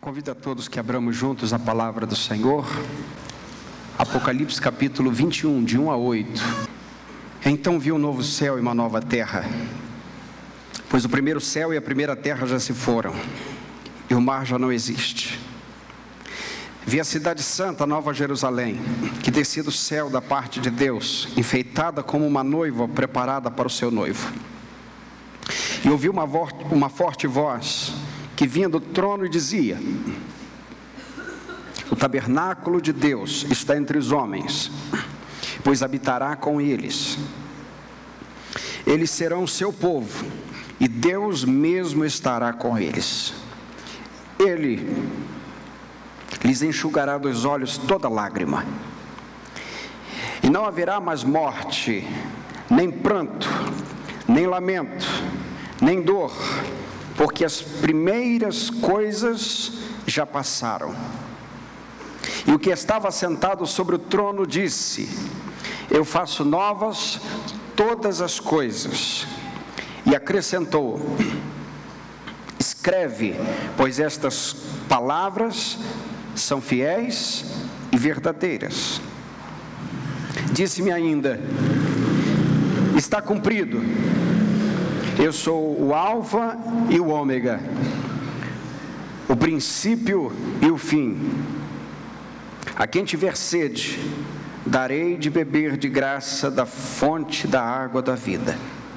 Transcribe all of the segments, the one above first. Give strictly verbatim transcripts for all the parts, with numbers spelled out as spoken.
Convido a todos que abramos juntos a palavra do Senhor. Apocalipse capítulo vinte e um, de um a oito. Então vi um novo céu e uma nova terra, pois o primeiro céu e a primeira terra já se foram, e o mar já não existe. Vi a cidade santa, Nova Jerusalém, que descia do céu da parte de Deus, enfeitada como uma noiva preparada para o seu noivo. E ouvi uma, vo- uma forte voz que vinha do trono e dizia: o tabernáculo de Deus está entre os homens, pois habitará com eles. Eles serão seu povo, e Deus mesmo estará com eles. Ele lhes enxugará dos olhos toda lágrima, e não haverá mais morte, nem pranto, nem lamento, nem dor, porque as primeiras coisas já passaram. E o que estava sentado sobre o trono disse: eu faço novas todas as coisas. E acrescentou: escreve, pois estas palavras são fiéis e verdadeiras. Disse-me ainda: está cumprido. Eu sou o Alfa e o Ômega, o princípio e o fim. A quem tiver sede, darei de beber de graça da fonte da água da vida.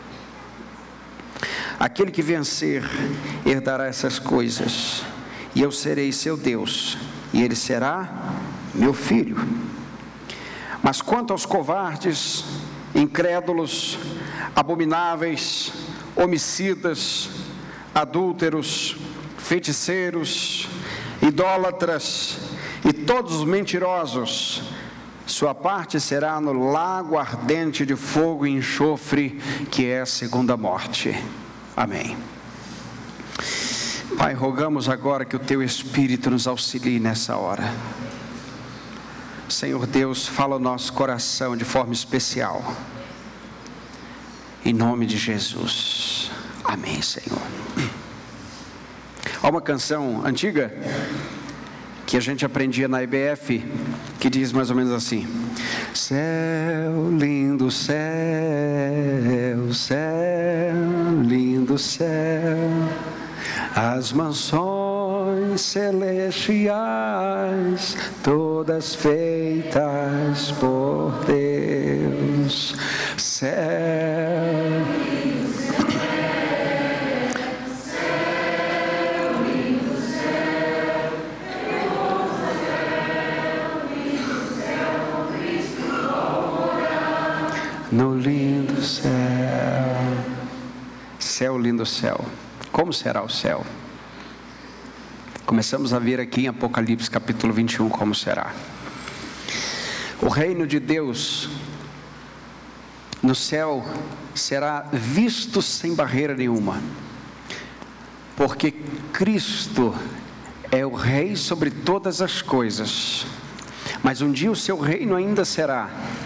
Aquele que vencer herdará essas coisas, e eu serei seu Deus, e ele será meu filho. Mas quanto aos covardes, incrédulos, abomináveis, homicidas, adúlteros, feiticeiros, idólatras e todos os mentirosos, sua parte será no lago ardente de fogo e enxofre, que é a segunda morte. Amém. Pai, rogamos agora que o Teu Espírito nos auxilie nessa hora. Senhor Deus, fala o nosso coração de forma especial. Em nome de Jesus. Amém, Senhor. Há uma canção antiga que a gente aprendia na I B F, que diz mais ou menos assim: céu, lindo céu, céu, lindo céu, as mansões celestiais, todas feitas por Deus. Céu, no lindo céu. Céu, lindo céu. Como será o céu? Começamos a ver aqui em Apocalipse capítulo vinte e um como será. O reino de Deus no céu será visto sem barreira nenhuma, porque Cristo é o Rei sobre todas as coisas. Mas um dia o seu reino ainda será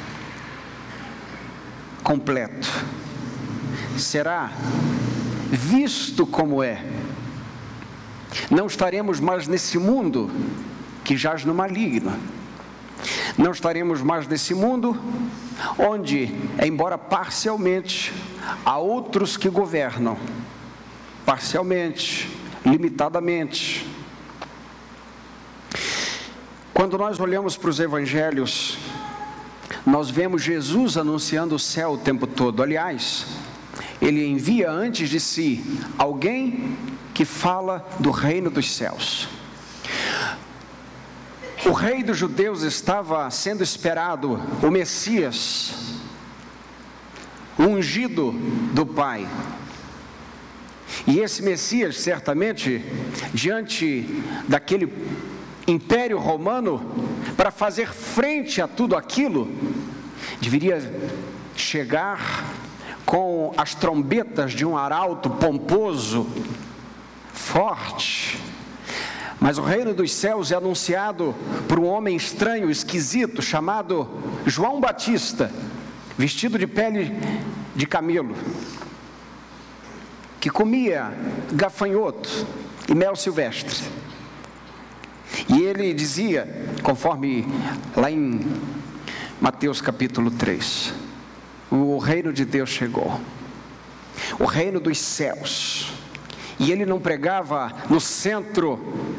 completo, será visto como é. Não estaremos mais nesse mundo que jaz no maligno. Não estaremos mais nesse mundo onde, embora parcialmente, há outros que governam, parcialmente, limitadamente. Quando nós olhamos para os evangelhos, nós vemos Jesus anunciando o céu o tempo todo. Aliás, ele envia antes de si alguém que fala do reino dos céus. O rei dos judeus estava sendo esperado, o Messias, o ungido do Pai. E esse Messias, certamente, diante daquele Império Romano, para fazer frente a tudo aquilo, deveria chegar com as trombetas de um arauto pomposo, forte. Mas o reino dos céus é anunciado por um homem estranho, esquisito, chamado João Batista, vestido de pele de camelo, que comia gafanhoto e mel silvestre. E ele dizia, conforme lá em Mateus capítulo três, o reino de Deus chegou, o reino dos céus. E ele não pregava no centro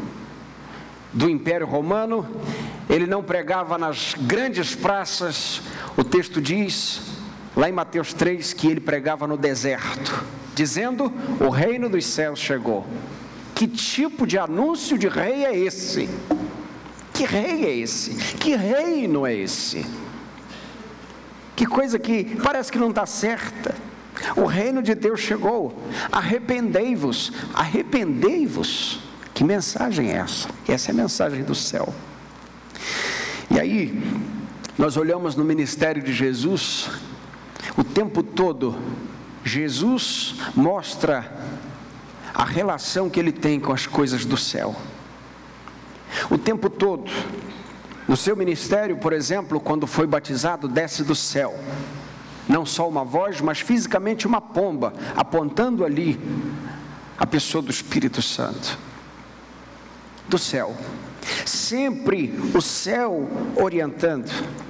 do Império Romano, ele não pregava nas grandes praças. O texto diz, lá em Mateus três, que ele pregava no deserto, dizendo: o reino dos céus chegou. Que tipo de anúncio de rei é esse? Que rei é esse? Que reino é esse? Que coisa que parece que não está certa. O reino de Deus chegou. Arrependei-vos, arrependei-vos. Que mensagem é essa? Essa é a mensagem do céu. E aí, nós olhamos no ministério de Jesus, o tempo todo, Jesus mostra a relação que ele tem com as coisas do céu. O tempo todo, no seu ministério, por exemplo, quando foi batizado, desce do céu, não só uma voz, mas fisicamente uma pomba, apontando ali a pessoa do Espírito Santo, do céu. Sempre o céu orientando.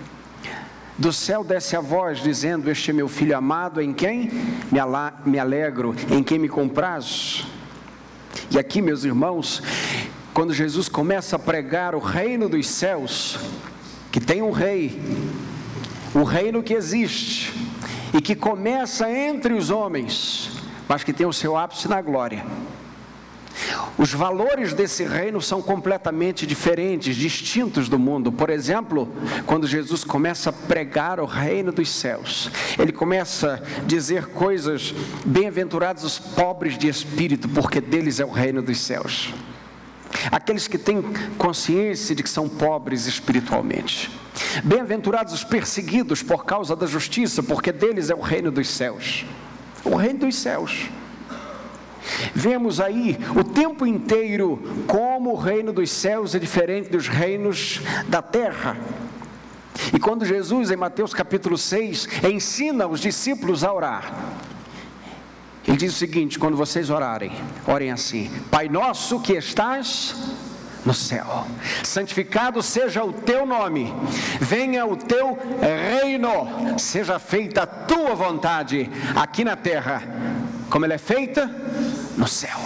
Do céu desce a voz dizendo: este é meu filho amado, em quem me, ala, me alegro, em quem me comprazo. E aqui, meus irmãos, quando Jesus começa a pregar o reino dos céus, que tem um rei, um reino que existe e que começa entre os homens, mas que tem o seu ápice na glória. Os valores desse reino são completamente diferentes, distintos do mundo. Por exemplo, quando Jesus começa a pregar o reino dos céus, ele começa a dizer coisas: bem-aventurados os pobres de espírito, porque deles é o reino dos céus. Aqueles que têm consciência de que são pobres espiritualmente. Bem-aventurados os perseguidos por causa da justiça, porque deles é o reino dos céus. O reino dos céus. Vemos aí o tempo inteiro como o reino dos céus é diferente dos reinos da terra. E quando Jesus, em Mateus capítulo seis, ensina os discípulos a orar, ele diz o seguinte: quando vocês orarem, orem assim: Pai nosso que estás no céu, santificado seja o teu nome, venha o teu reino, seja feita a tua vontade, aqui na terra, como ela é feita no céu.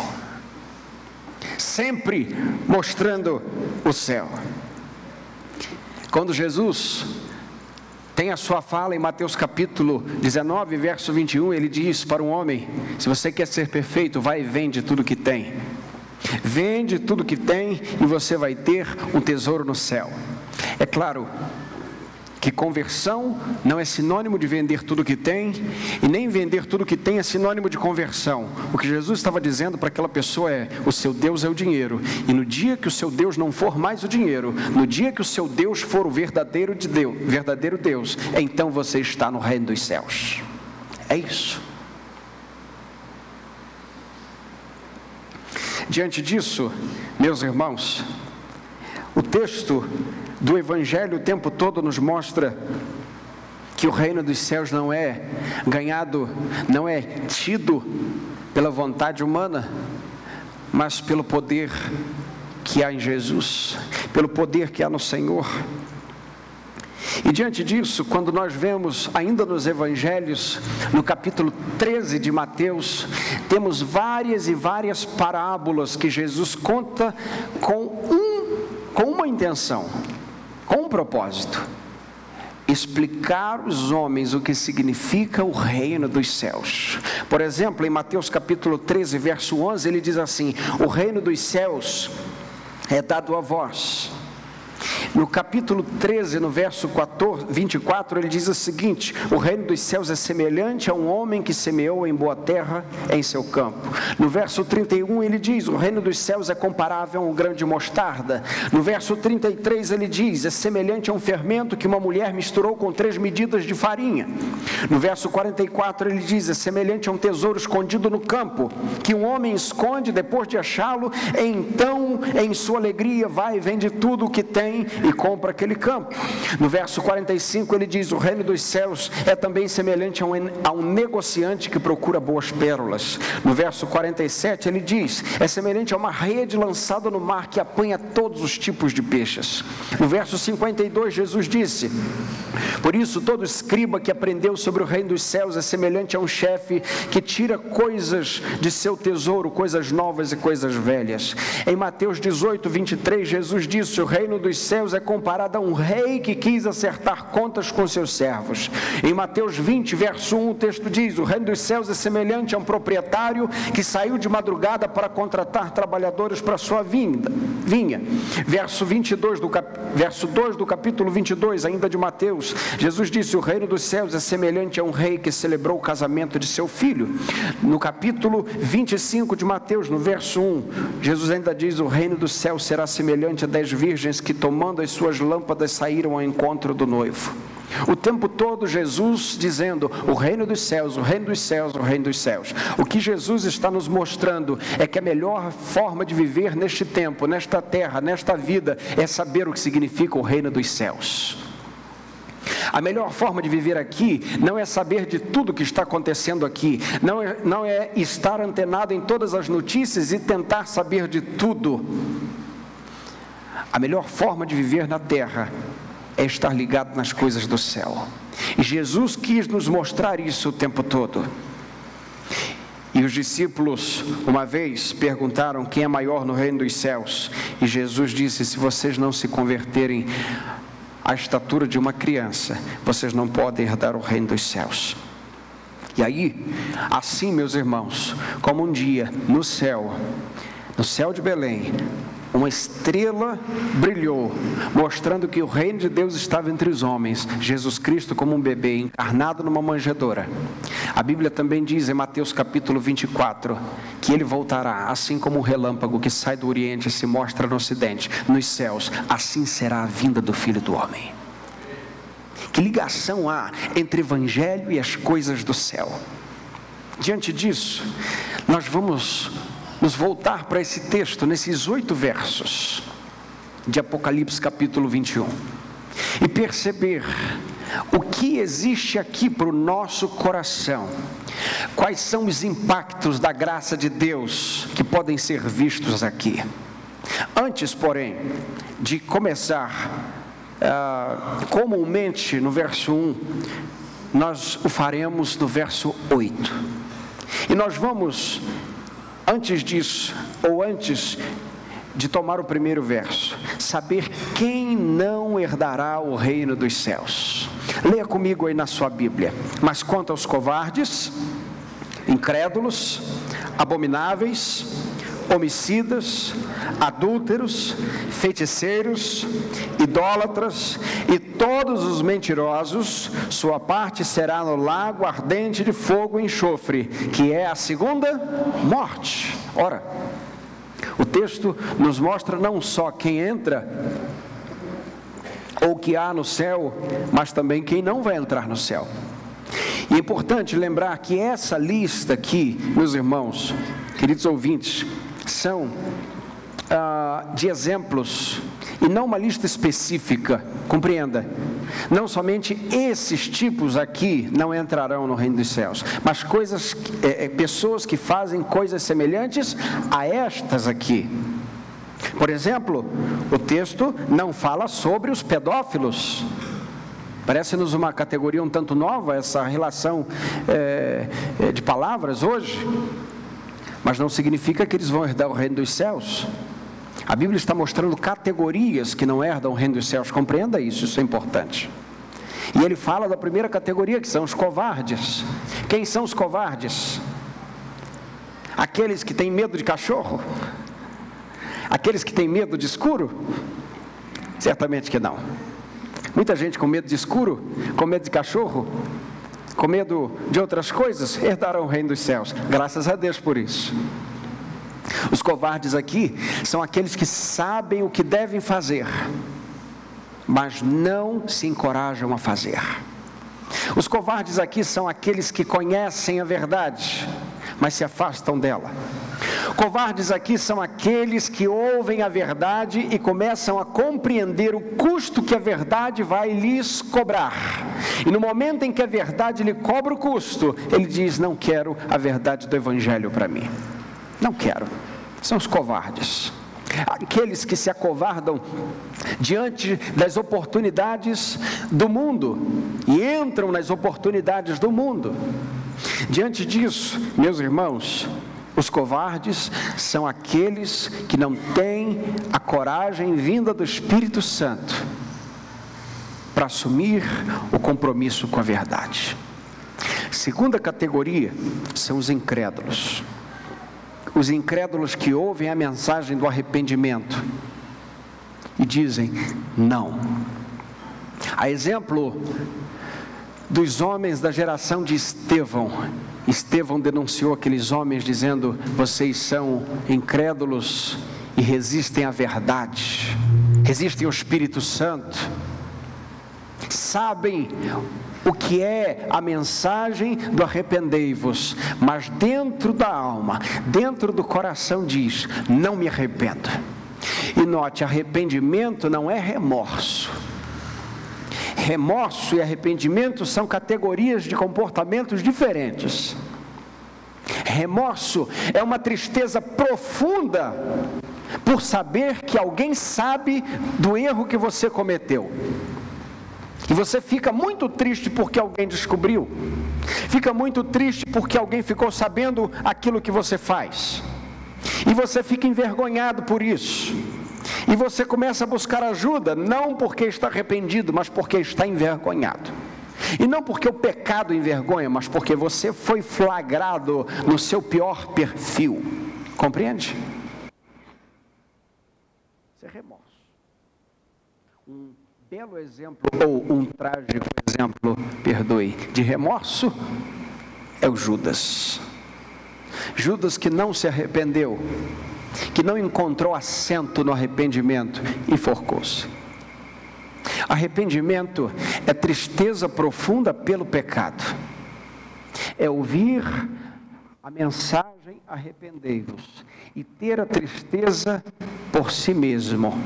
Sempre mostrando o céu. Quando Jesus tem a sua fala em Mateus capítulo dezenove, verso vinte e um, ele diz para um homem: se você quer ser perfeito, vai e vende tudo que tem. Vende tudo que tem e você vai ter um tesouro no céu. É claro que conversão não é sinônimo de vender tudo que tem, e nem vender tudo que tem é sinônimo de conversão. O que Jesus estava dizendo para aquela pessoa é: o seu Deus é o dinheiro, e no dia que o seu Deus não for mais o dinheiro, no dia que o seu Deus for o verdadeiro, de Deus, verdadeiro Deus, então você está no reino dos céus. É isso. Diante disso, meus irmãos, o texto do Evangelho o tempo todo nos mostra que o reino dos céus não é ganhado, não é tido pela vontade humana, mas pelo poder que há em Jesus, pelo poder que há no Senhor. E diante disso, quando nós vemos ainda nos Evangelhos, no capítulo treze de Mateus, temos várias e várias parábolas que Jesus conta com, um, com uma intenção, com um propósito: explicar aos homens o que significa o reino dos céus. Por exemplo, em Mateus capítulo treze, verso onze, ele diz assim: o reino dos céus é dado a vós. No capítulo treze, no verso vinte e quatro, ele diz o seguinte: o reino dos céus é semelhante a um homem que semeou em boa terra em seu campo. No verso trinta e um ele diz: o reino dos céus é comparável a um grão de mostarda. No verso trinta e três ele diz: é semelhante a um fermento que uma mulher misturou com três medidas de farinha. No verso quarenta e quatro ele diz: é semelhante a um tesouro escondido no campo, que um homem esconde depois de achá-lo, então em sua alegria vai e vende tudo o que tem e compra aquele campo. No verso quarenta e cinco ele diz: o reino dos céus é também semelhante a um, a um negociante que procura boas pérolas. No verso quarenta e sete ele diz: é semelhante a uma rede lançada no mar que apanha todos os tipos de peixes. No verso cinquenta e dois Jesus disse: por isso todo escriba que aprendeu sobre o reino dos céus é semelhante a um chefe que tira coisas de seu tesouro, coisas novas e coisas velhas. Em Mateus dezoito, vinte e três, Jesus disse: o reino dos céus é comparado a um rei que quis acertar contas com seus servos. Em Mateus vinte, verso um, o texto diz: o reino dos céus é semelhante a um proprietário que saiu de madrugada para contratar trabalhadores para sua vinha. Verso vinte e dois do cap... verso dois do capítulo vinte e dois, ainda de Mateus, Jesus disse: o reino dos céus é semelhante a um rei que celebrou o casamento de seu filho. No capítulo vinte e cinco de Mateus, no verso um, Jesus ainda diz: o reino dos céus será semelhante a dez virgens que, tomando as suas lâmpadas, saíram ao encontro do noivo. O tempo todo Jesus dizendo: o reino dos céus, o reino dos céus, o reino dos céus. O que Jesus está nos mostrando é que a melhor forma de viver neste tempo, nesta terra, nesta vida, é saber o que significa o reino dos céus. A melhor forma de viver aqui não é saber de tudo que está acontecendo aqui, não é, não é estar antenado em todas as notícias e tentar saber de tudo. A melhor forma de viver na terra é estar ligado nas coisas do céu. E Jesus quis nos mostrar isso o tempo todo. E os discípulos, uma vez, perguntaram: quem é maior no reino dos céus? E Jesus disse: se vocês não se converterem à estatura de uma criança, vocês não podem herdar o reino dos céus. E aí, assim, meus irmãos, como um dia no céu, no céu de Belém, uma estrela brilhou, mostrando que o reino de Deus estava entre os homens, Jesus Cristo como um bebê encarnado numa manjedoura. A Bíblia também diz em Mateus capítulo vinte e quatro, que ele voltará, assim como um relâmpago que sai do Oriente e se mostra no Ocidente, nos céus, assim será a vinda do Filho do Homem. Que ligação há entre o Evangelho e as coisas do céu? Diante disso, nós vamos nos voltar para esse texto, nesses oito versos de Apocalipse capítulo vinte e um, e perceber o que existe aqui para o nosso coração, quais são os impactos da graça de Deus que podem ser vistos aqui. Antes, porém, de começar, uh, comumente no verso um, nós o faremos no verso oito, e nós vamos, antes disso, ou antes de tomar o primeiro verso, saber quem não herdará o reino dos céus. Leia comigo aí na sua Bíblia. Mas quanto aos covardes, incrédulos, abomináveis, homicidas, adúlteros, feiticeiros, idólatras e todos os mentirosos, sua parte será no lago ardente de fogo e enxofre, que é a segunda morte. Ora, o texto nos mostra não só quem entra ou que há no céu, mas também quem não vai entrar no céu. E é importante lembrar que essa lista aqui, meus irmãos, queridos ouvintes, são ah, de exemplos, e não uma lista específica, compreenda. Não somente esses tipos aqui não entrarão no reino dos céus, mas coisas, é, é, pessoas que fazem coisas semelhantes a estas aqui. Por exemplo, o texto não fala sobre os pedófilos. Parece-nos uma categoria um tanto nova, essa relação é, é, de palavras hoje, mas não significa que eles vão herdar o reino dos céus. A Bíblia está mostrando categorias que não herdam o reino dos céus, compreenda isso, isso é importante. E ele fala da primeira categoria, que são os covardes. Quem são os covardes? Aqueles que têm medo de cachorro? Aqueles que têm medo de escuro? Certamente que não. Muita gente com medo de escuro, com medo de cachorro, com medo de outras coisas, herdarão o reino dos céus. Graças a Deus por isso. Os covardes aqui são aqueles que sabem o que devem fazer, mas não se encorajam a fazer. Os covardes aqui são aqueles que conhecem a verdade, mas se afastam dela. Covardes aqui são aqueles que ouvem a verdade e começam a compreender o custo que a verdade vai lhes cobrar. E no momento em que a verdade lhe cobra o custo, ele diz: não quero a verdade do Evangelho para mim. Não quero. São os covardes. Aqueles que se acovardam diante das oportunidades do mundo e entram nas oportunidades do mundo. Diante disso, meus irmãos, os covardes são aqueles que não têm a coragem vinda do Espírito Santo para assumir o compromisso com a verdade. Segunda categoria são os incrédulos. Os incrédulos que ouvem a mensagem do arrependimento e dizem não. A exemplo dos homens da geração de Estevão. Estevão denunciou aqueles homens dizendo: vocês são incrédulos e resistem à verdade, resistem ao Espírito Santo, sabem o que é a mensagem do arrependei-vos, mas dentro da alma, dentro do coração diz: não me arrependo. E note, arrependimento não é remorso. Remorso e arrependimento são categorias de comportamentos diferentes. Remorso é uma tristeza profunda por saber que alguém sabe do erro que você cometeu. E você fica muito triste porque alguém descobriu. Fica muito triste porque alguém ficou sabendo aquilo que você faz. E você fica envergonhado por isso. E você começa a buscar ajuda, não porque está arrependido, mas porque está envergonhado. E não porque o pecado envergonha, mas porque você foi flagrado no seu pior perfil. Compreende? Isso é remorso. Um belo exemplo, ou um trágico exemplo, perdoe, de remorso, é o Judas. Judas que não se arrependeu, que não encontrou assento no arrependimento, enforcou-se. Arrependimento é tristeza profunda pelo pecado. É ouvir a mensagem arrependei-vos e ter a tristeza por si mesmo,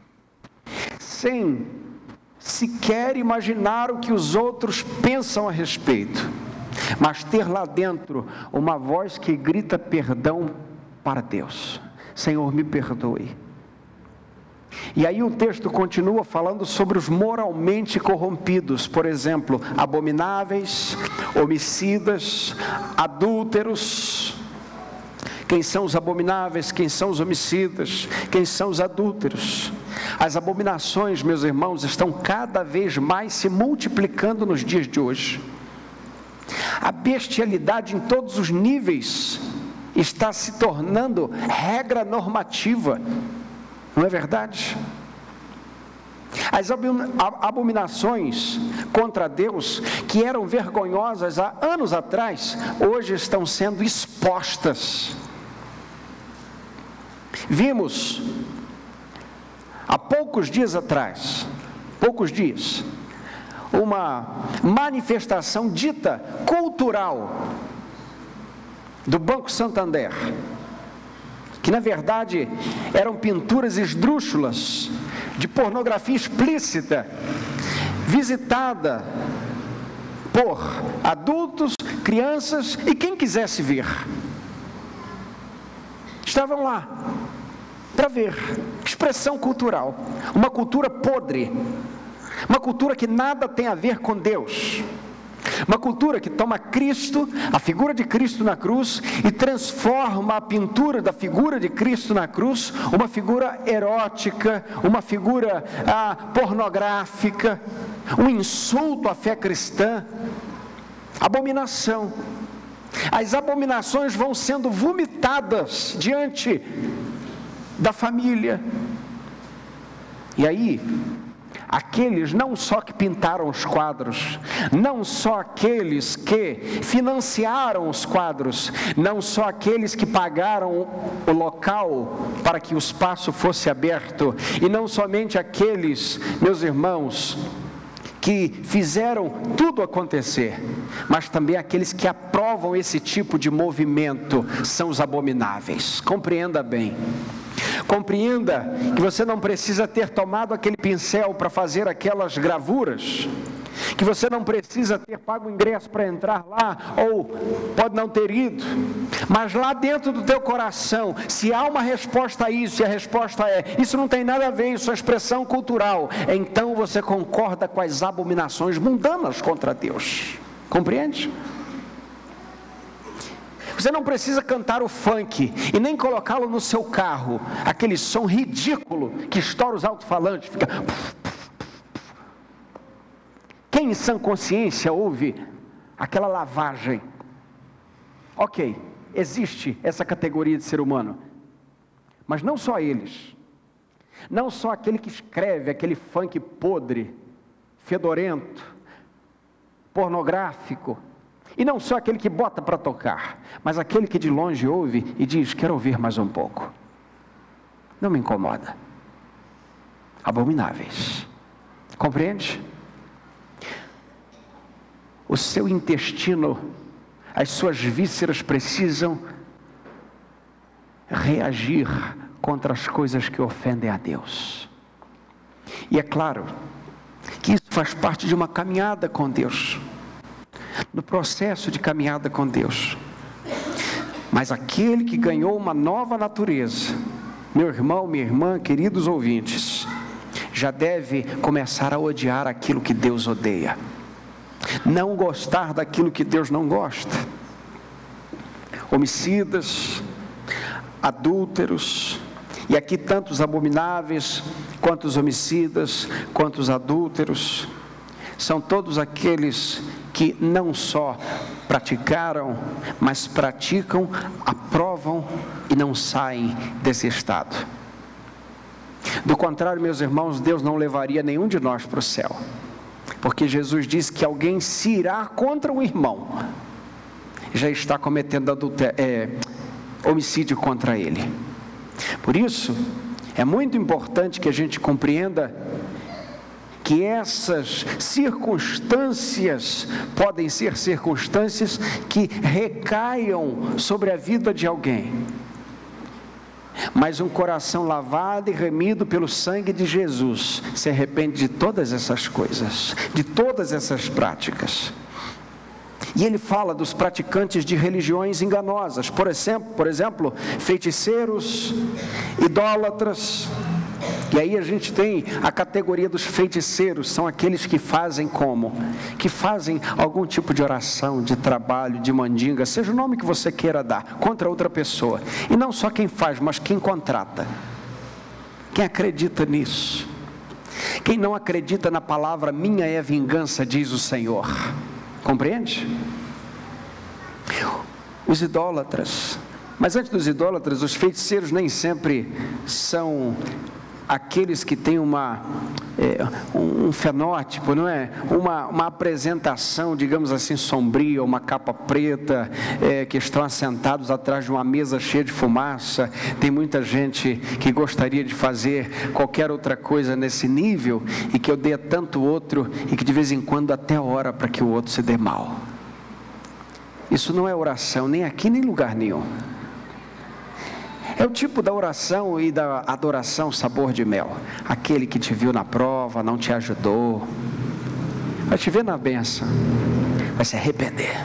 sem sequer imaginar o que os outros pensam a respeito, mas ter lá dentro uma voz que grita perdão para Deus: Senhor, me perdoe. E aí o texto continua falando sobre os moralmente corrompidos, por exemplo, abomináveis, homicidas, adúlteros. Quem são os abomináveis? Quem são os homicidas? Quem são os adúlteros? As abominações, meus irmãos, estão cada vez mais se multiplicando nos dias de hoje. A bestialidade em todos os níveis está se tornando regra normativa, não é verdade? As abominações contra Deus, que eram vergonhosas há anos atrás, hoje estão sendo expostas. Vimos há poucos dias atrás, poucos dias, uma manifestação dita cultural do Banco Santander, que na verdade eram pinturas esdrúxulas de pornografia explícita, visitada por adultos, crianças e quem quisesse ver. Estavam lá para ver. Expressão cultural, uma cultura podre, uma cultura que nada tem a ver com Deus, uma cultura que toma Cristo, a figura de Cristo na cruz, e transforma a pintura da figura de Cristo na cruz, uma figura erótica, uma figura ah, pornográfica, um insulto à fé cristã, abominação. As abominações vão sendo vomitadas diante da família. E aí, aqueles não só que pintaram os quadros, não só aqueles que financiaram os quadros, não só aqueles que pagaram o local para que o espaço fosse aberto, e não somente aqueles, meus irmãos, que fizeram tudo acontecer, mas também aqueles que aprovam esse tipo de movimento são os abomináveis. Compreenda bem. Compreenda que você não precisa ter tomado aquele pincel para fazer aquelas gravuras, que você não precisa ter pago o ingresso para entrar lá, ou pode não ter ido, mas lá dentro do teu coração, se há uma resposta a isso, e a resposta é, isso não tem nada a ver, isso é expressão cultural, então você concorda com as abominações mundanas contra Deus. Compreende? Você não precisa cantar o funk e nem colocá-lo no seu carro, aquele som ridículo que estoura os alto-falantes, fica... Quem em sã consciência ouve aquela lavagem? Ok, existe essa categoria de ser humano, mas não só eles, não só aquele que escreve aquele funk podre, fedorento, pornográfico, e não só aquele que bota para tocar, mas aquele que de longe ouve e diz, quero ouvir mais um pouco. Não me incomoda. Abomináveis. Compreende? O seu intestino, as suas vísceras precisam reagir contra as coisas que ofendem a Deus. E é claro que isso faz parte de uma caminhada com Deus, no processo de caminhada com Deus. Mas aquele que ganhou uma nova natureza, meu irmão, minha irmã, queridos ouvintes, já deve começar a odiar aquilo que Deus odeia, não gostar daquilo que Deus não gosta. Homicidas, adúlteros, e aqui tanto os abomináveis, quanto os homicidas, quanto os adúlteros, são todos aqueles que não só praticaram, mas praticam, aprovam e não saem desse estado. Do contrário, meus irmãos, Deus não levaria nenhum de nós para o céu, porque Jesus disse que alguém se irá contra o irmão, já está cometendo adultério, é, homicídio contra ele. Por isso, é muito importante que a gente compreenda que essas circunstâncias podem ser circunstâncias que recaiam sobre a vida de alguém, mas um coração lavado e remido pelo sangue de Jesus se arrepende de todas essas coisas, de todas essas práticas. E ele fala dos praticantes de religiões enganosas, por exemplo, por exemplo, feiticeiros, idólatras. E aí a gente tem a categoria dos feiticeiros, são aqueles que fazem como? Que fazem algum tipo de oração, de trabalho, de mandinga, seja o nome que você queira dar, contra outra pessoa. E não só quem faz, mas quem contrata. Quem acredita nisso? Quem não acredita na palavra, minha é a vingança, diz o Senhor. Compreende? Os idólatras. Mas antes dos idólatras, os feiticeiros nem sempre são aqueles que têm uma, é, um fenótipo, não é? Uma, uma apresentação, digamos assim, sombria, uma capa preta, é, que estão assentados atrás de uma mesa cheia de fumaça. Tem muita gente que gostaria de fazer qualquer outra coisa nesse nível, e que odeia tanto o outro, e que de vez em quando até ora para que o outro se dê mal. Isso não é oração, nem aqui, nem em lugar nenhum. É o tipo da oração e da adoração sabor de mel. Aquele que te viu na prova, não te ajudou, vai te ver na bênção, vai se arrepender.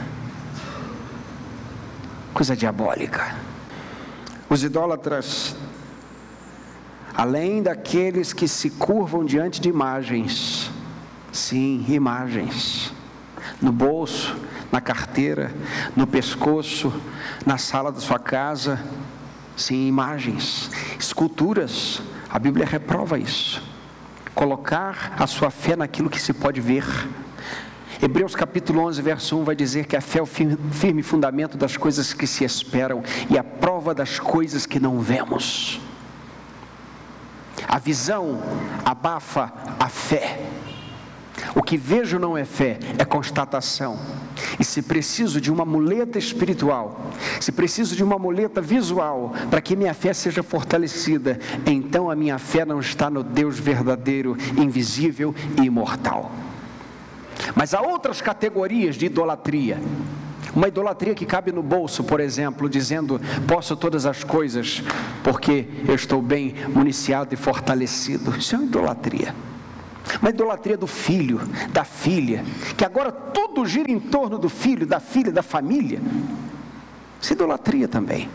Coisa diabólica. Os idólatras, além daqueles que se curvam diante de imagens, sim, imagens, no bolso, na carteira, no pescoço, na sala da sua casa, sim, imagens, esculturas, a Bíblia reprova isso. Colocar a sua fé naquilo que se pode ver. Hebreus capítulo onze, verso um vai dizer que a fé é o firme fundamento das coisas que se esperam e a prova das coisas que não vemos. A visão abafa a fé. O que vejo não é fé, é constatação. E se preciso de uma muleta espiritual, se preciso de uma muleta visual para que minha fé seja fortalecida, então a minha fé não está no Deus verdadeiro, invisível e imortal. Mas há outras categorias de idolatria. Uma idolatria que cabe no bolso, por exemplo, dizendo: posso todas as coisas porque eu estou bem municiado e fortalecido. Isso é uma idolatria. Uma idolatria do filho, da filha, que agora tudo gira em torno do filho, da filha, da família. Isso é idolatria também.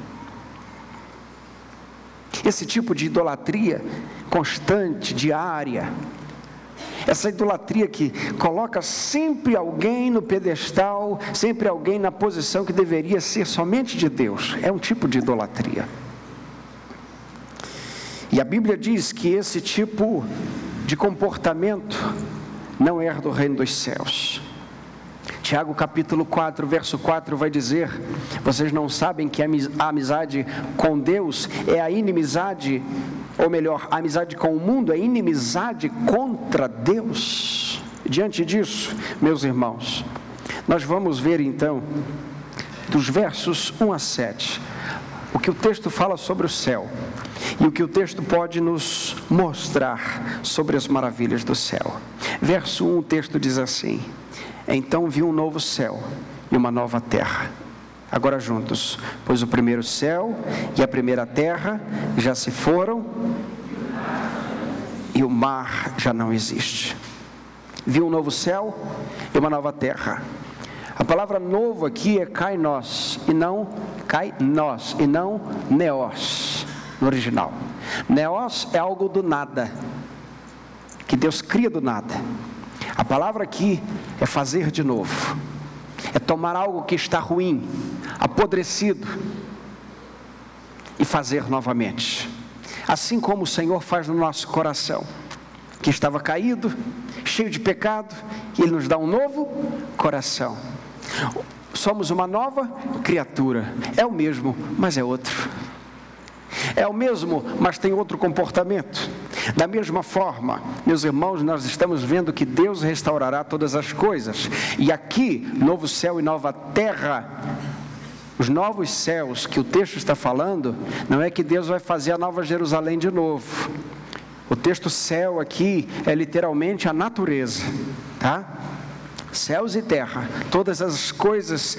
Esse tipo de idolatria constante, diária, essa idolatria que coloca sempre alguém no pedestal, sempre alguém na posição que deveria ser somente de Deus, é um tipo de idolatria. E a Bíblia diz que esse tipo de comportamento não herda o reino dos céus. Tiago capítulo quatro, verso quatro vai dizer: vocês não sabem que a amizade com Deus é a inimizade, ou melhor, a amizade com o mundo é inimizade contra Deus? Diante disso, meus irmãos, nós vamos ver então, dos versos um a sete, o que o texto fala sobre o céu, e o que o texto pode nos mostrar sobre as maravilhas do céu. Verso um, o texto diz assim: então vi um novo céu e uma nova terra. Agora juntos: pois o primeiro céu e a primeira terra já se foram, e o mar já não existe. Vi um novo céu e uma nova terra. A palavra novo aqui é kainos, e não kainos, e não neos, no original. Neos é algo do nada, que Deus cria do nada. A palavra aqui é fazer de novo, é tomar algo que está ruim, apodrecido, e fazer novamente. Assim como o Senhor faz no nosso coração, que estava caído, cheio de pecado, e Ele nos dá um novo coração. Somos uma nova criatura. É o mesmo, mas é outro. É o mesmo, mas tem outro comportamento. Da mesma forma, meus irmãos, nós estamos vendo que Deus restaurará todas as coisas. E aqui, novo céu e nova terra, os novos céus que o texto está falando, não é que Deus vai fazer a nova Jerusalém de novo. O texto céu aqui é literalmente a natureza, tá? Céus e terra, todas as coisas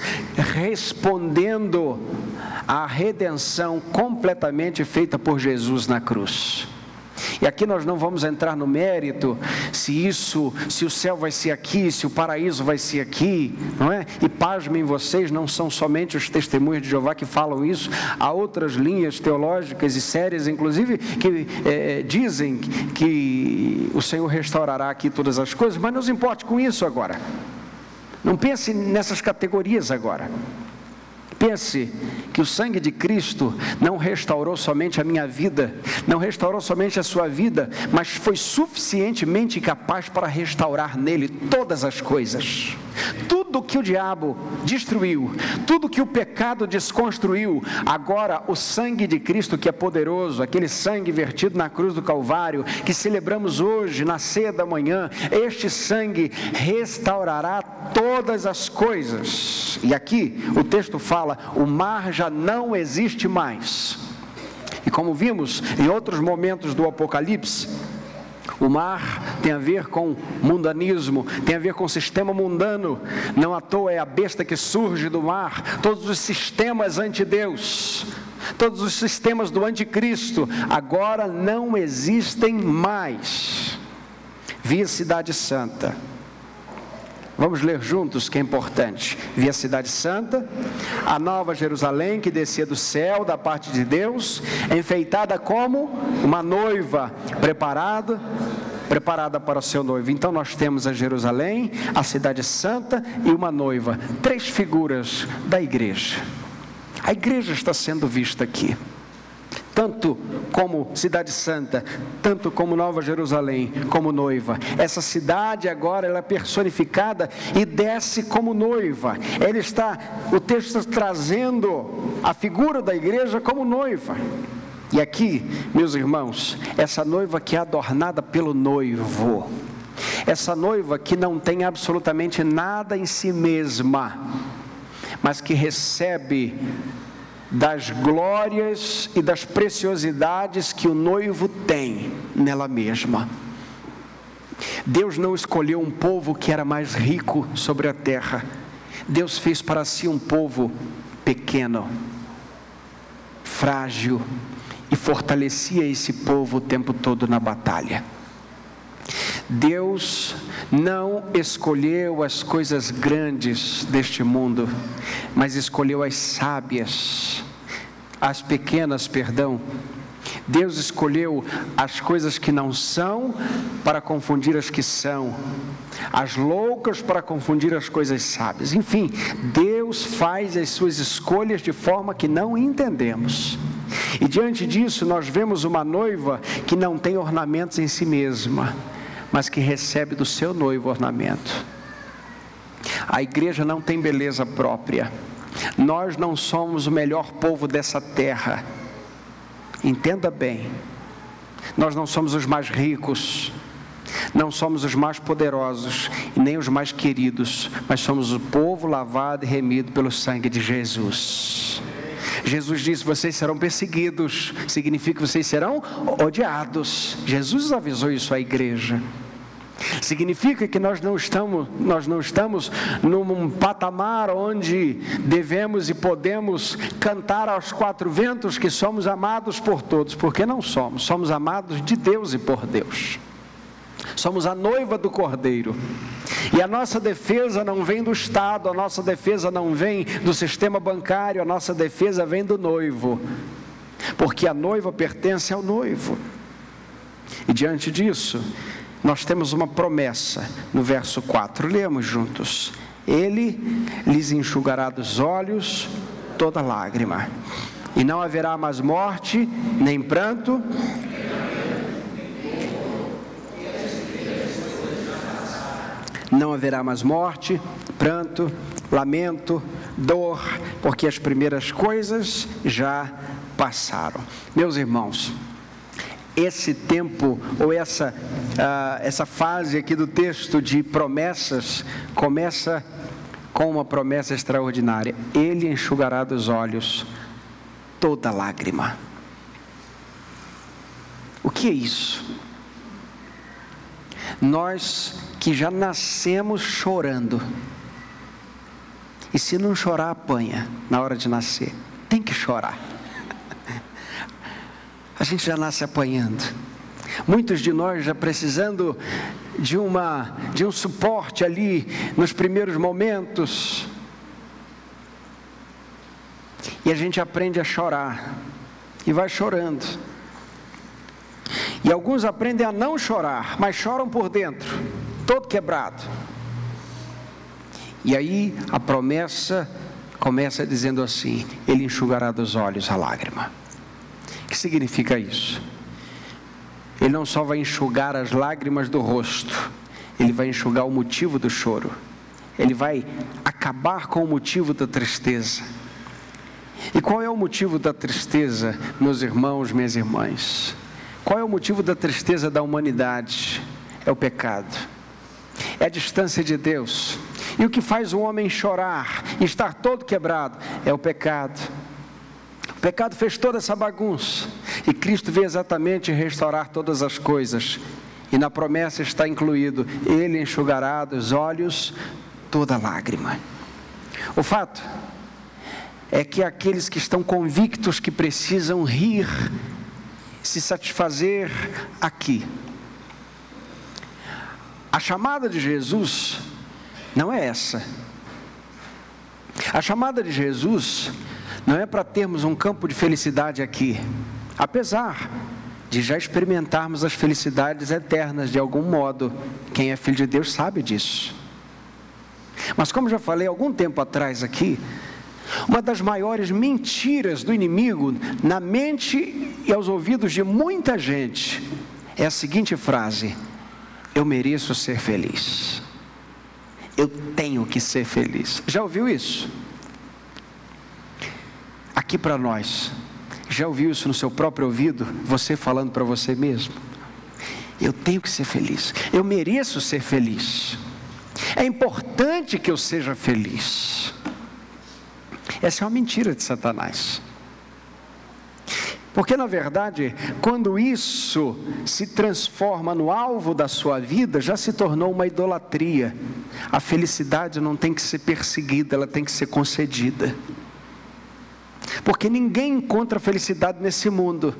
respondendo à redenção completamente feita por Jesus na cruz. E aqui nós não vamos entrar no mérito se isso, se o céu vai ser aqui, se o paraíso vai ser aqui, não é? E pasmem vocês, não são somente os testemunhos de Jeová que falam isso, há outras linhas teológicas e sérias, inclusive, que é, dizem que o Senhor restaurará aqui todas as coisas, mas não se importe com isso agora. Não pense nessas categorias agora. Pense que o sangue de Cristo não restaurou somente a minha vida, não restaurou somente a sua vida, mas foi suficientemente capaz para restaurar nele todas as coisas. Tudo que o diabo destruiu, tudo que o pecado desconstruiu, agora o sangue de Cristo, que é poderoso, aquele sangue vertido na cruz do Calvário, que celebramos hoje na ceia da manhã, este sangue restaurará todas as coisas. E aqui o texto fala: o mar já não existe mais. E como vimos em outros momentos do Apocalipse, o mar tem a ver com mundanismo, tem a ver com sistema mundano. Não à toa é a besta que surge do mar. Todos os sistemas anti-Deus, todos os sistemas do anticristo, agora não existem mais. Vi a cidade santa. Vamos ler juntos, que é importante. Vi a cidade santa, a nova Jerusalém, que descia do céu da parte de Deus, enfeitada como uma noiva preparada, preparada para o seu noivo. Então nós temos a Jerusalém, a cidade santa e uma noiva. Três figuras da igreja. A igreja está sendo vista aqui, tanto como cidade santa, tanto como Nova Jerusalém, como noiva. Essa cidade agora ela é personificada e desce como noiva. Ela está, o texto está trazendo a figura da igreja como noiva. E aqui, meus irmãos, essa noiva que é adornada pelo noivo, essa noiva que não tem absolutamente nada em si mesma, mas que recebe das glórias e das preciosidades que o noivo tem nela mesma. Deus não escolheu um povo que era mais rico sobre a terra. Deus fez para si um povo pequeno, frágil, e fortalecia esse povo o tempo todo na batalha. Deus não escolheu as coisas grandes deste mundo, mas escolheu as sábias, as pequenas, perdão. Deus escolheu as coisas que não são para confundir as que são, as loucas para confundir as coisas sábias. Enfim, Deus faz as suas escolhas de forma que não entendemos. E diante disso nós vemos uma noiva que não tem ornamentos em si mesma, mas que recebe do seu noivo ornamento. A igreja não tem beleza própria. Nós não somos o melhor povo dessa terra. Entenda bem, nós não somos os mais ricos, não somos os mais poderosos e nem os mais queridos, mas somos o povo lavado e remido pelo sangue de Jesus. Jesus disse: vocês serão perseguidos, significa que vocês serão odiados. Jesus avisou isso à igreja. Significa que nós não estamos, nós não estamos num patamar onde devemos e podemos cantar aos quatro ventos que somos amados por todos, porque não somos, somos amados de Deus e por Deus. Somos a noiva do Cordeiro. E a nossa defesa não vem do Estado, a nossa defesa não vem do sistema bancário, a nossa defesa vem do noivo, porque a noiva pertence ao noivo. E diante disso, nós temos uma promessa no verso quatro, lemos juntos: Ele lhes enxugará dos olhos toda lágrima, e não haverá mais morte, nem pranto, não haverá mais morte, pranto, lamento, dor, porque as primeiras coisas já passaram. Meus irmãos, esse tempo, ou essa, uh, essa fase aqui do texto de promessas, começa com uma promessa extraordinária: Ele enxugará dos olhos toda lágrima. O que é isso? Nós que já nascemos chorando, e se não chorar, apanha na hora de nascer, tem que chorar. A gente já nasce apanhando. Muitos de nós já precisando de, uma, de um suporte ali nos primeiros momentos. E a gente aprende a chorar. E vai chorando. E alguns aprendem a não chorar, mas choram por dentro, todo quebrado. E aí a promessa começa dizendo assim: Ele enxugará dos olhos a lágrima. O que significa isso? Ele não só vai enxugar as lágrimas do rosto, Ele vai enxugar o motivo do choro. Ele vai acabar com o motivo da tristeza. E qual é o motivo da tristeza, meus irmãos, minhas irmãs? Qual é o motivo da tristeza da humanidade? É o pecado. É a distância de Deus. E o que faz o homem chorar e estar todo quebrado? É o pecado. O pecado fez toda essa bagunça, e Cristo veio exatamente restaurar todas as coisas, e na promessa está incluído: Ele enxugará dos olhos toda lágrima. O fato é que aqueles que estão convictos que precisam rir, se satisfazer aqui, a chamada de Jesus não é essa. A chamada de Jesus não é para termos um campo de felicidade aqui, apesar de já experimentarmos as felicidades eternas de algum modo. Quem é filho de Deus sabe disso. Mas como já falei algum tempo atrás aqui, uma das maiores mentiras do inimigo na mente e aos ouvidos de muita gente é a seguinte frase: eu mereço ser feliz, eu tenho que ser feliz. Já ouviu isso? Aqui para nós, já ouviu isso no seu próprio ouvido? Você falando para você mesmo: eu tenho que ser feliz, eu mereço ser feliz, é importante que eu seja feliz. Essa é uma mentira de Satanás. Porque, na verdade, quando isso se transforma no alvo da sua vida, já se tornou uma idolatria. A felicidade não tem que ser perseguida, ela tem que ser concedida. Porque ninguém encontra felicidade nesse mundo.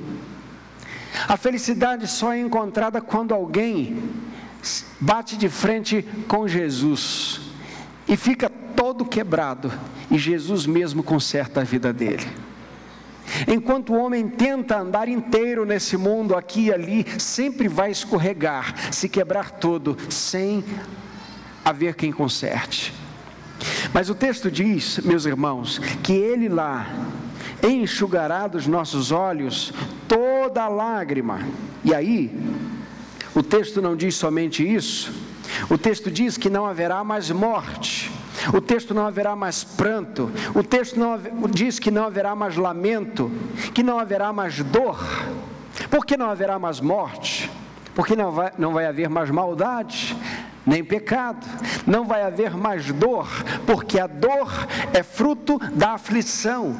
A felicidade só é encontrada quando alguém bate de frente com Jesus e fica todo quebrado, e Jesus mesmo conserta a vida dele. Enquanto o homem tenta andar inteiro nesse mundo, aqui e ali, sempre vai escorregar, se quebrar todo, sem haver quem conserte. Mas o texto diz, meus irmãos, que Ele lá enxugará dos nossos olhos toda lágrima. E aí, o texto não diz somente isso, o texto diz que não haverá mais morte. O texto não haverá mais pranto, o texto não, diz que não haverá mais lamento, que não haverá mais dor. Por que não haverá mais morte? Porque não vai, não vai haver mais maldade, nem pecado. Não vai haver mais dor, porque a dor é fruto da aflição.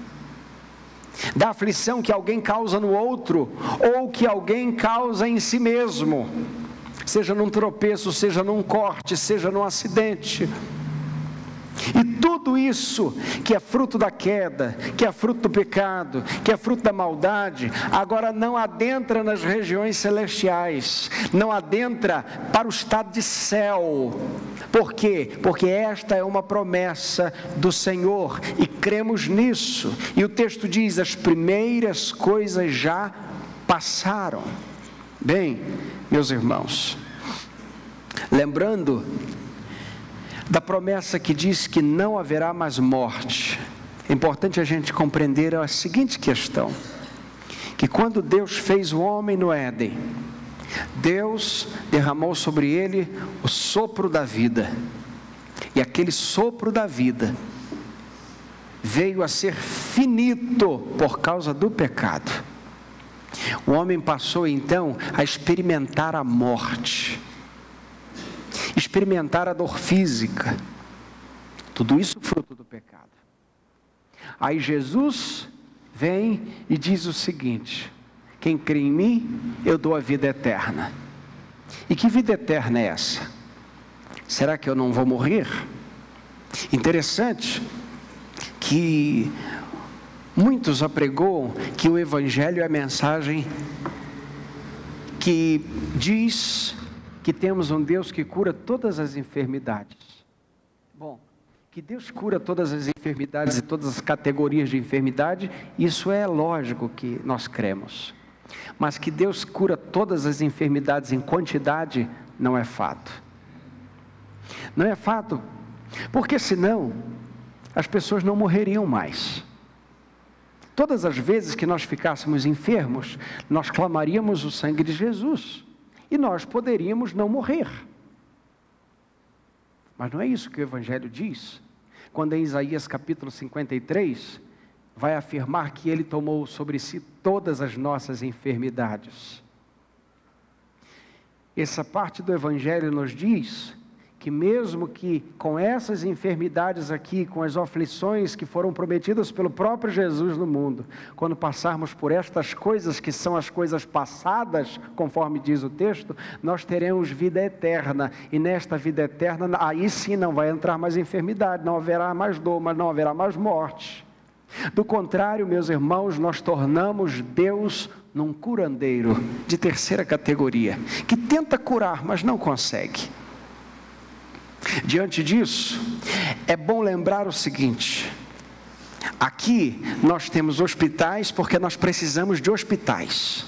Da aflição que alguém causa no outro, ou que alguém causa em si mesmo. Seja num tropeço, seja num corte, seja num acidente. E tudo isso que é fruto da queda, que é fruto do pecado, que é fruto da maldade, agora não adentra nas regiões celestiais, não adentra para o estado de céu. Por quê? Porque esta é uma promessa do Senhor e cremos nisso. E o texto diz: as primeiras coisas já passaram. Bem, meus irmãos, lembrando da promessa que diz que não haverá mais morte, é importante a gente compreender a seguinte questão: que quando Deus fez o homem no Éden, Deus derramou sobre ele o sopro da vida, e aquele sopro da vida veio a ser finito por causa do pecado. O homem passou então a experimentar a morte, experimentar a dor física, tudo isso fruto do pecado. Aí Jesus vem e diz o seguinte: quem crê em mim, eu dou a vida eterna. E que vida eterna é essa? Será que eu não vou morrer? Interessante que muitos apregoam que o Evangelho é a mensagem que diz que temos um Deus que cura todas as enfermidades. Bom, que Deus cura todas as enfermidades e todas as categorias de enfermidade, isso é lógico que nós cremos. Mas que Deus cura todas as enfermidades em quantidade, não é fato. Não é fato, porque senão as pessoas não morreriam mais. Todas as vezes que nós ficássemos enfermos, nós clamaríamos o sangue de Jesus. E nós poderíamos não morrer. Mas não é isso que o Evangelho diz. Quando em Isaías capítulo cinquenta e três, vai afirmar que Ele tomou sobre si todas as nossas enfermidades. Essa parte do Evangelho nos diz que mesmo que com essas enfermidades aqui, com as aflições que foram prometidas pelo próprio Jesus no mundo, quando passarmos por estas coisas que são as coisas passadas, conforme diz o texto, nós teremos vida eterna, e nesta vida eterna, aí sim não vai entrar mais enfermidade, não haverá mais dor, mas não haverá mais morte. Do contrário, meus irmãos, nós tornamos Deus num curandeiro de terceira categoria, que tenta curar, mas não consegue. Diante disso, é bom lembrar o seguinte: aqui nós temos hospitais porque nós precisamos de hospitais.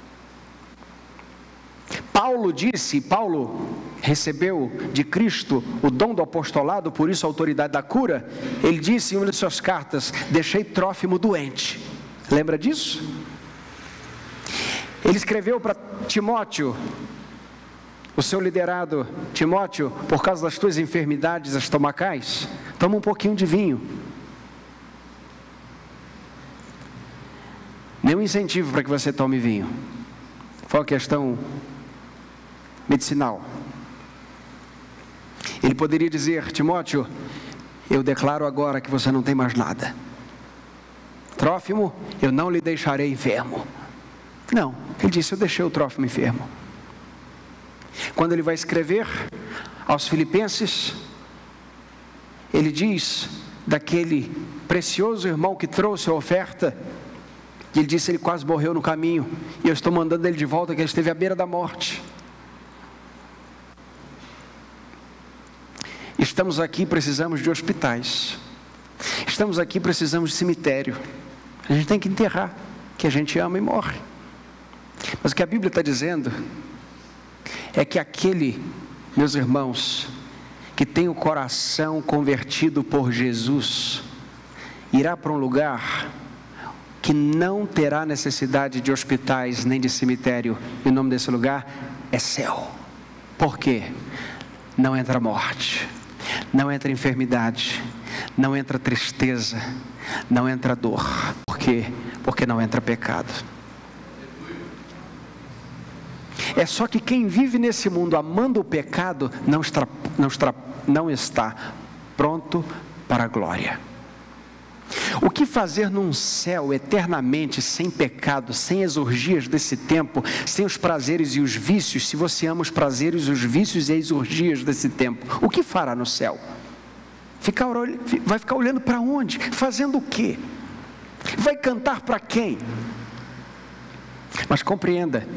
Paulo disse, Paulo recebeu de Cristo o dom do apostolado, por isso a autoridade da cura. Ele disse em uma de suas cartas: deixei Trófimo doente. Lembra disso? Ele escreveu para Timóteo, o seu liderado: Timóteo, por causa das tuas enfermidades estomacais, toma um pouquinho de vinho. Nenhum incentivo para que você tome vinho. Foi uma questão medicinal. Ele poderia dizer: Timóteo, eu declaro agora que você não tem mais nada. Trófimo, eu não lhe deixarei enfermo. Não, ele disse, eu deixei o Trófimo enfermo. Quando ele vai escrever aos Filipenses, ele diz daquele precioso irmão que trouxe a oferta, e ele disse, ele quase morreu no caminho, e eu estou mandando ele de volta, que ele esteve à beira da morte. Estamos aqui, precisamos de hospitais. Estamos aqui, precisamos de cemitério. A gente tem que enterrar, que a gente ama e morre. Mas o que a Bíblia está dizendo é que aquele, meus irmãos, que tem o coração convertido por Jesus, irá para um lugar que não terá necessidade de hospitais nem de cemitério. E o nome desse lugar é céu. Por quê? Não entra morte, não entra enfermidade, não entra tristeza, não entra dor. Por quê? Porque não entra pecado. É só que quem vive nesse mundo amando o pecado não está, não está, não está pronto para a glória. O que fazer num céu eternamente sem pecado, sem as orgias desse tempo, sem os prazeres e os vícios, se você ama os prazeres, os vícios e as orgias desse tempo? O que fará no céu? Ficar, vai ficar olhando para onde? Fazendo o quê? Vai cantar para quem? Mas compreenda,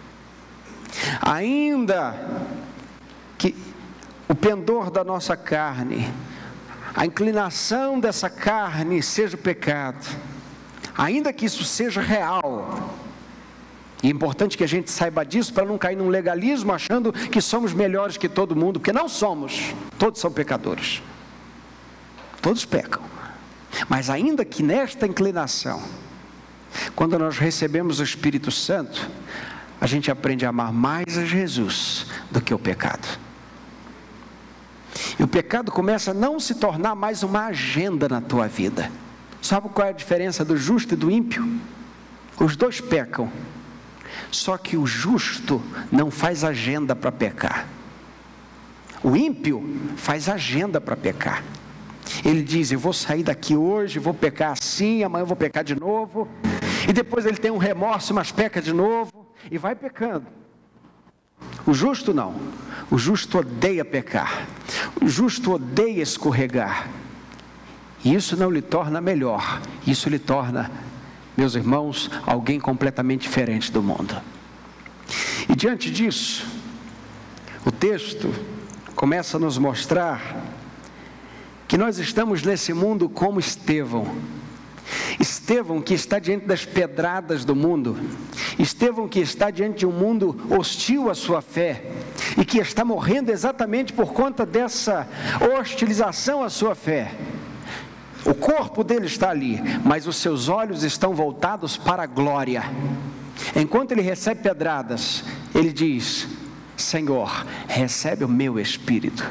ainda que o pendor da nossa carne, a inclinação dessa carne seja o pecado, ainda que isso seja real, e é importante que a gente saiba disso para não cair num legalismo achando que somos melhores que todo mundo, porque não somos, todos são pecadores, todos pecam, mas ainda que nesta inclinação, quando nós recebemos o Espírito Santo, a gente aprende a amar mais a Jesus do que o pecado. E o pecado começa a não se tornar mais uma agenda na tua vida. Sabe qual é a diferença do justo e do ímpio? Os dois pecam, só que o justo não faz agenda para pecar. O ímpio faz agenda para pecar. Ele diz, eu vou sair daqui hoje, vou pecar assim, amanhã eu vou pecar de novo. E depois ele tem um remorso, mas peca de novo. E vai pecando. O justo não. O justo odeia pecar. O justo odeia escorregar. E isso não lhe torna melhor. Isso lhe torna, meus irmãos, alguém completamente diferente do mundo. E diante disso, o texto começa a nos mostrar que nós estamos nesse mundo como Estevão. Estevão que está diante das pedradas do mundo, Estevão que está diante de um mundo hostil à sua fé, e que está morrendo exatamente por conta dessa hostilização à sua fé. O corpo dele está ali, mas os seus olhos estão voltados para a glória. Enquanto ele recebe pedradas, ele diz, Senhor, recebe o meu espírito.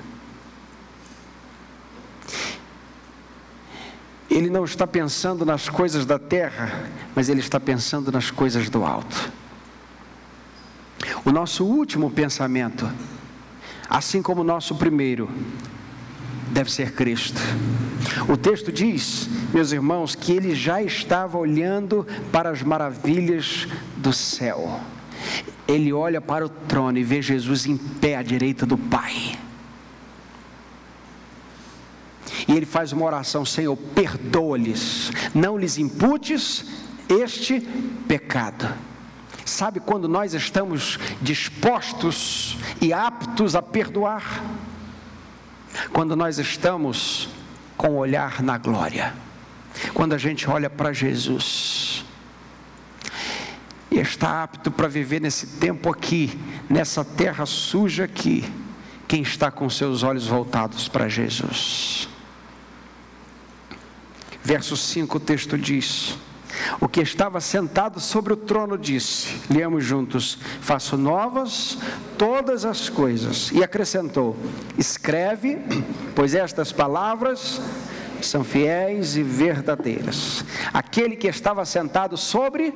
Ele não está pensando nas coisas da terra, mas ele está pensando nas coisas do alto. O nosso último pensamento, assim como o nosso primeiro, deve ser Cristo. O texto diz, meus irmãos, que ele já estava olhando para as maravilhas do céu. Ele olha para o trono e vê Jesus em pé à direita do Pai. E ele faz uma oração, Senhor, perdoa-lhes, não lhes imputes este pecado. Sabe quando nós estamos dispostos e aptos a perdoar? Quando nós estamos com o olhar na glória. Quando a gente olha para Jesus. E está apto para viver nesse tempo aqui, nessa terra suja aqui, quem está com seus olhos voltados para Jesus. Verso cinco, o texto diz, o que estava sentado sobre o trono disse, leamos juntos, faço novas todas as coisas, e acrescentou, escreve, pois estas palavras são fiéis e verdadeiras. Aquele que estava sentado sobre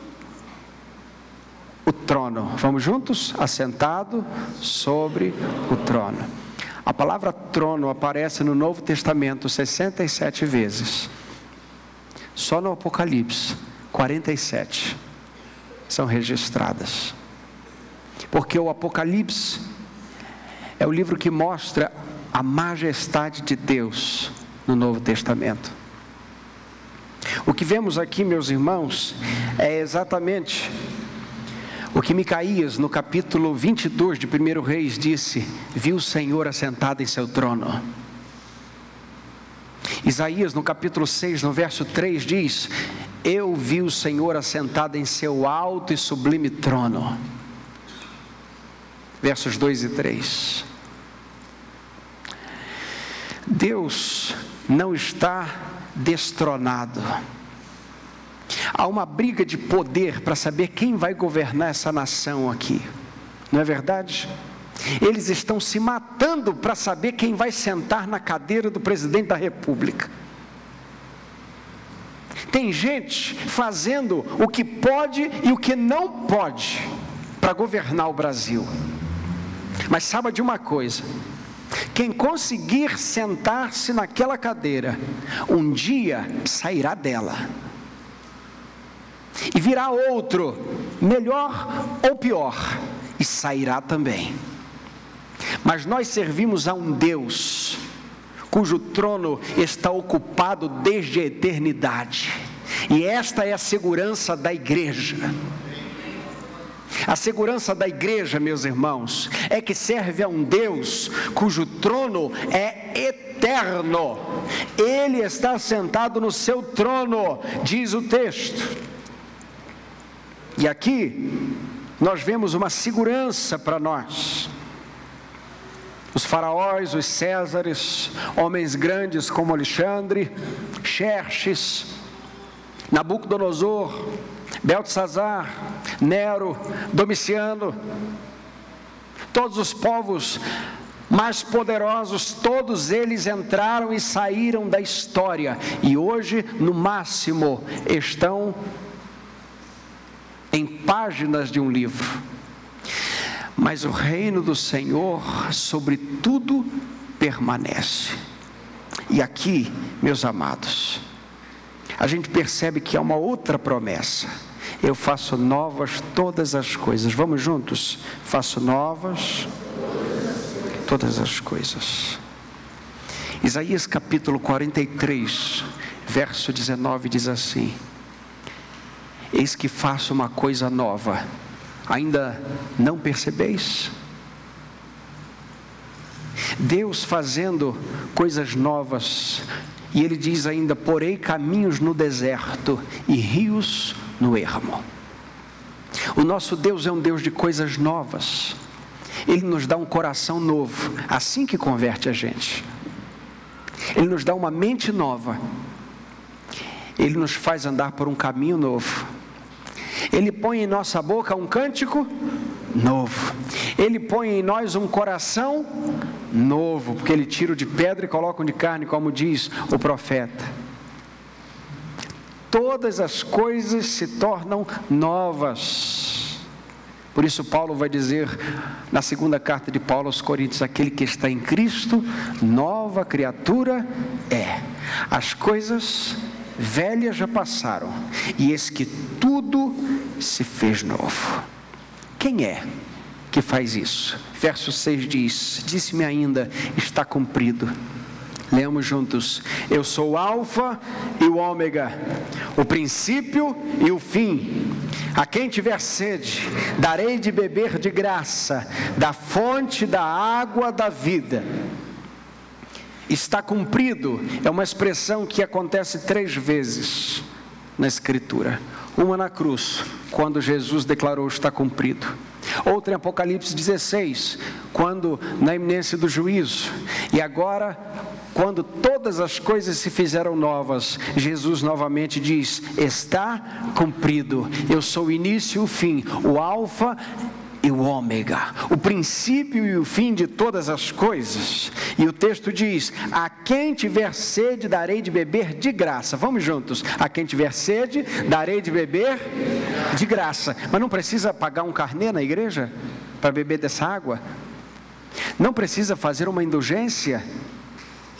o trono, vamos juntos? Assentado sobre o trono. A palavra trono aparece no Novo Testamento sessenta e sete vezes. só no Apocalipse, quarenta e sete são registradas. Porque o Apocalipse é o livro que mostra a majestade de Deus no Novo Testamento. O que vemos aqui, meus irmãos, é exatamente o que Micaías, no capítulo vinte e dois de primeiro Reis, disse: viu o Senhor assentado em seu trono. Isaías, no capítulo seis, no verso três, diz: eu vi o Senhor assentado em seu alto e sublime trono. Versos dois e três. Deus não está destronado. Há uma briga de poder para saber quem vai governar essa nação aqui, não é verdade? Eles estão se matando para saber quem vai sentar na cadeira do presidente da República. Tem gente fazendo o que pode e o que não pode para governar o Brasil. Mas saiba de uma coisa: quem conseguir sentar-se naquela cadeira, um dia sairá dela. E virá outro, melhor ou pior, e sairá também. Mas nós servimos a um Deus cujo trono está ocupado desde a eternidade. E esta é a segurança da igreja. A segurança da igreja, meus irmãos, é que serve a um Deus cujo trono é eterno. Ele está sentado no seu trono, diz o texto. E aqui nós vemos uma segurança para nós. Os faraós, os césares, homens grandes como Alexandre, Xerxes, Nabucodonosor, Beltesazar, Nero, Domiciano, todos os povos mais poderosos, todos eles entraram e saíram da história, e hoje, no máximo, estão em páginas de um livro. Mas o reino do Senhor sobre tudo permanece. E aqui, meus amados, a gente percebe que há uma outra promessa: eu faço novas todas as coisas. Vamos juntos? Faço novas todas as coisas. Isaías capítulo quarenta e três, verso dezenove diz assim: eis que faço uma coisa nova, ainda não percebeis? Deus fazendo coisas novas, e Ele diz ainda: porei caminhos no deserto e rios no ermo. O nosso Deus é um Deus de coisas novas. Ele nos dá um coração novo, assim que converte a gente. Ele nos dá uma mente nova. Ele nos faz andar por um caminho novo. Ele põe em nossa boca um cântico novo. Ele põe em nós um coração novo, porque Ele tira o de pedra e coloca um de carne, como diz o profeta. Todas as coisas se tornam novas. Por isso Paulo vai dizer na segunda carta de Paulo aos Coríntios: aquele que está em Cristo, nova criatura é. As coisas velhas já passaram, e eis que tudo se fez novo. Quem é que faz isso? Verso seis diz: disse-me ainda, está cumprido. Leamos juntos: eu sou o Alfa e o Ômega, o princípio e o fim. A quem tiver sede, darei de beber de graça da fonte da água da vida. Está cumprido é uma expressão que acontece três vezes na Escritura. Uma na cruz, quando Jesus declarou: está cumprido. Outra em Apocalipse dezesseis, quando na iminência do juízo. E agora, quando todas as coisas se fizeram novas, Jesus novamente diz: está cumprido. Eu sou o início e o fim, o Alfa e o Ômega, o princípio e o fim de todas as coisas. E o texto diz: a quem tiver sede darei de beber de graça. Vamos juntos: a quem tiver sede darei de beber de graça. Mas não precisa pagar um carnê na igreja para beber dessa água? Não precisa fazer uma indulgência?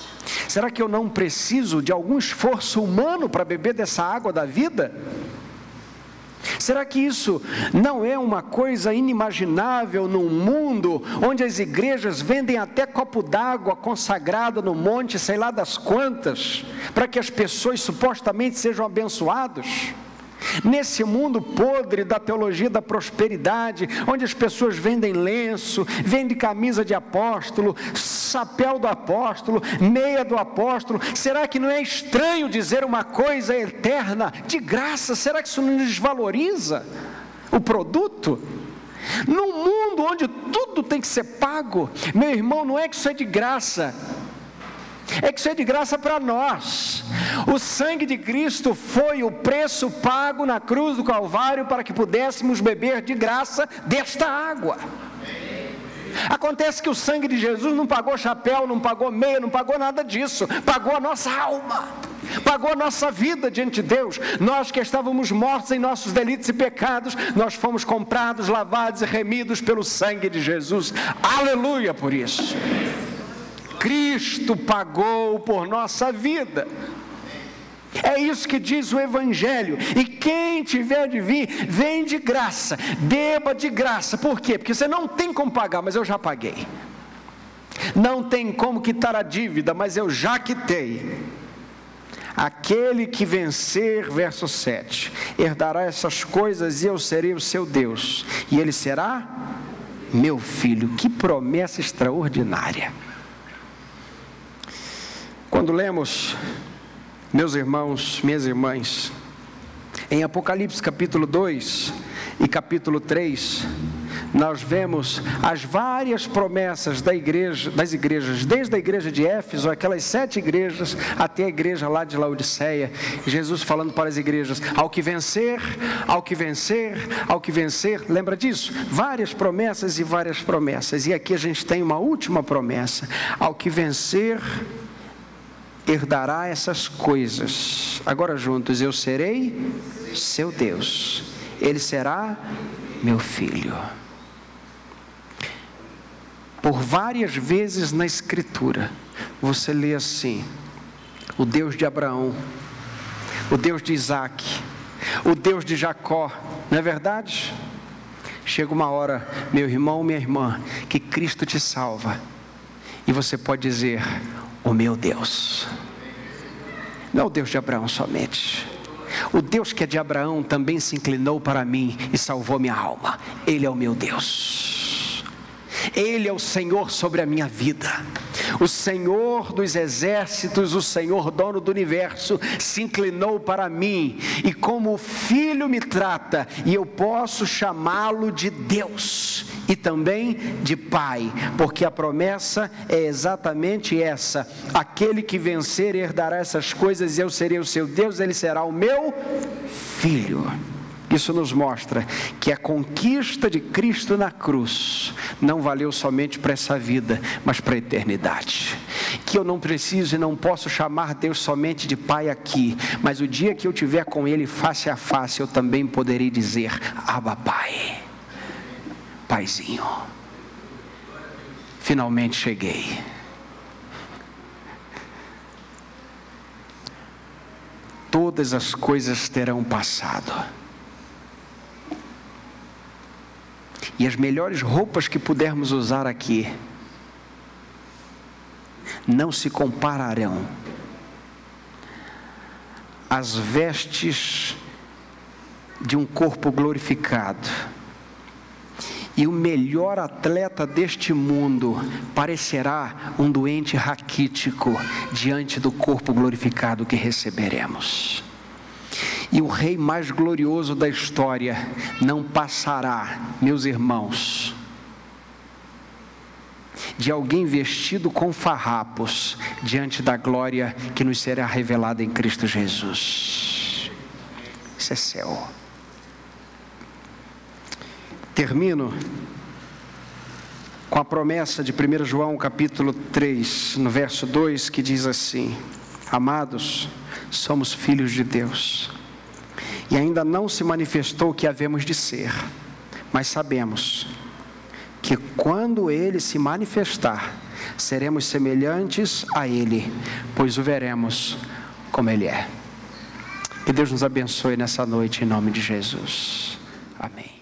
Será que eu não preciso de algum esforço humano para beber dessa água da vida? Será que isso não é uma coisa inimaginável num mundo onde as igrejas vendem até copo d'água consagrado no monte, sei lá das quantas, para que as pessoas supostamente sejam abençoadas? Nesse mundo podre da teologia da prosperidade, onde as pessoas vendem lenço, vendem camisa de apóstolo, chapéu do apóstolo, meia do apóstolo, será que não é estranho dizer uma coisa eterna de graça? Será que isso não desvaloriza o produto? Num mundo onde tudo tem que ser pago, meu irmão, não é que isso é de graça, é que isso é de graça para nós. O sangue de Cristo foi o preço pago na cruz do Calvário para que pudéssemos beber de graça desta água. Acontece que o sangue de Jesus não pagou chapéu, não pagou meia, não pagou nada disso, pagou a nossa alma, pagou a nossa vida diante de Deus. Nós que estávamos mortos em nossos delitos e pecados, nós fomos comprados, lavados e remidos pelo sangue de Jesus. Aleluia por isso. Cristo pagou por nossa vida. É isso que diz o Evangelho. E quem tiver de vir, vem de graça, beba de graça. Por quê? Porque você não tem como pagar, mas eu já paguei. Não tem como quitar a dívida, mas eu já quitei. Aquele que vencer, verso sete, herdará essas coisas e eu serei o seu Deus, e ele será meu filho. Que promessa extraordinária! Quando lemos, meus irmãos, minhas irmãs, em Apocalipse capítulo dois e capítulo três, nós vemos as várias promessas da igreja, das igrejas, desde a igreja de Éfeso, aquelas sete igrejas, até a igreja lá de Laodiceia, Jesus falando para as igrejas, ao que vencer, ao que vencer, ao que vencer, lembra disso? Várias promessas e várias promessas, e aqui a gente tem uma última promessa, ao que vencer, herdará essas coisas. Agora juntos, eu serei seu Deus, ele será meu filho. Por várias vezes na Escritura, você lê assim, o Deus de Abraão, o Deus de Isaac, o Deus de Jacó, não é verdade? Chega uma hora, meu irmão, minha irmã, que Cristo te salva, e você pode dizer, o meu Deus. Não é o Deus de Abraão somente. O Deus que é de Abraão também se inclinou para mim e salvou minha alma. Ele é o meu Deus. Ele é o Senhor sobre a minha vida. O Senhor dos exércitos, o Senhor dono do universo, se inclinou para mim, e como filho me trata, e eu posso chamá-lo de Deus, e também de Pai, porque a promessa é exatamente essa, aquele que vencer herdará essas coisas, e eu serei o seu Deus, ele será o meu filho. Isso nos mostra que a conquista de Cristo na cruz não valeu somente para essa vida, mas para a eternidade. Que eu não preciso e não posso chamar Deus somente de Pai aqui, mas o dia que eu estiver com Ele face a face, eu também poderei dizer, Abba Pai, Paizinho, finalmente cheguei. Todas as coisas terão passado. E as melhores roupas que pudermos usar aqui não se compararão às vestes de um corpo glorificado. E o melhor atleta deste mundo parecerá um doente raquítico diante do corpo glorificado que receberemos. E o rei mais glorioso da história não passará, meus irmãos, de alguém vestido com farrapos diante da glória que nos será revelada em Cristo Jesus. Isso é céu. Termino com a promessa de primeiro João capítulo três, no verso dois, que diz assim: amados, somos filhos de Deus, e ainda não se manifestou o que havemos de ser, mas sabemos que quando Ele se manifestar, seremos semelhantes a Ele, pois o veremos como Ele é. Que Deus nos abençoe nessa noite, em nome de Jesus. Amém.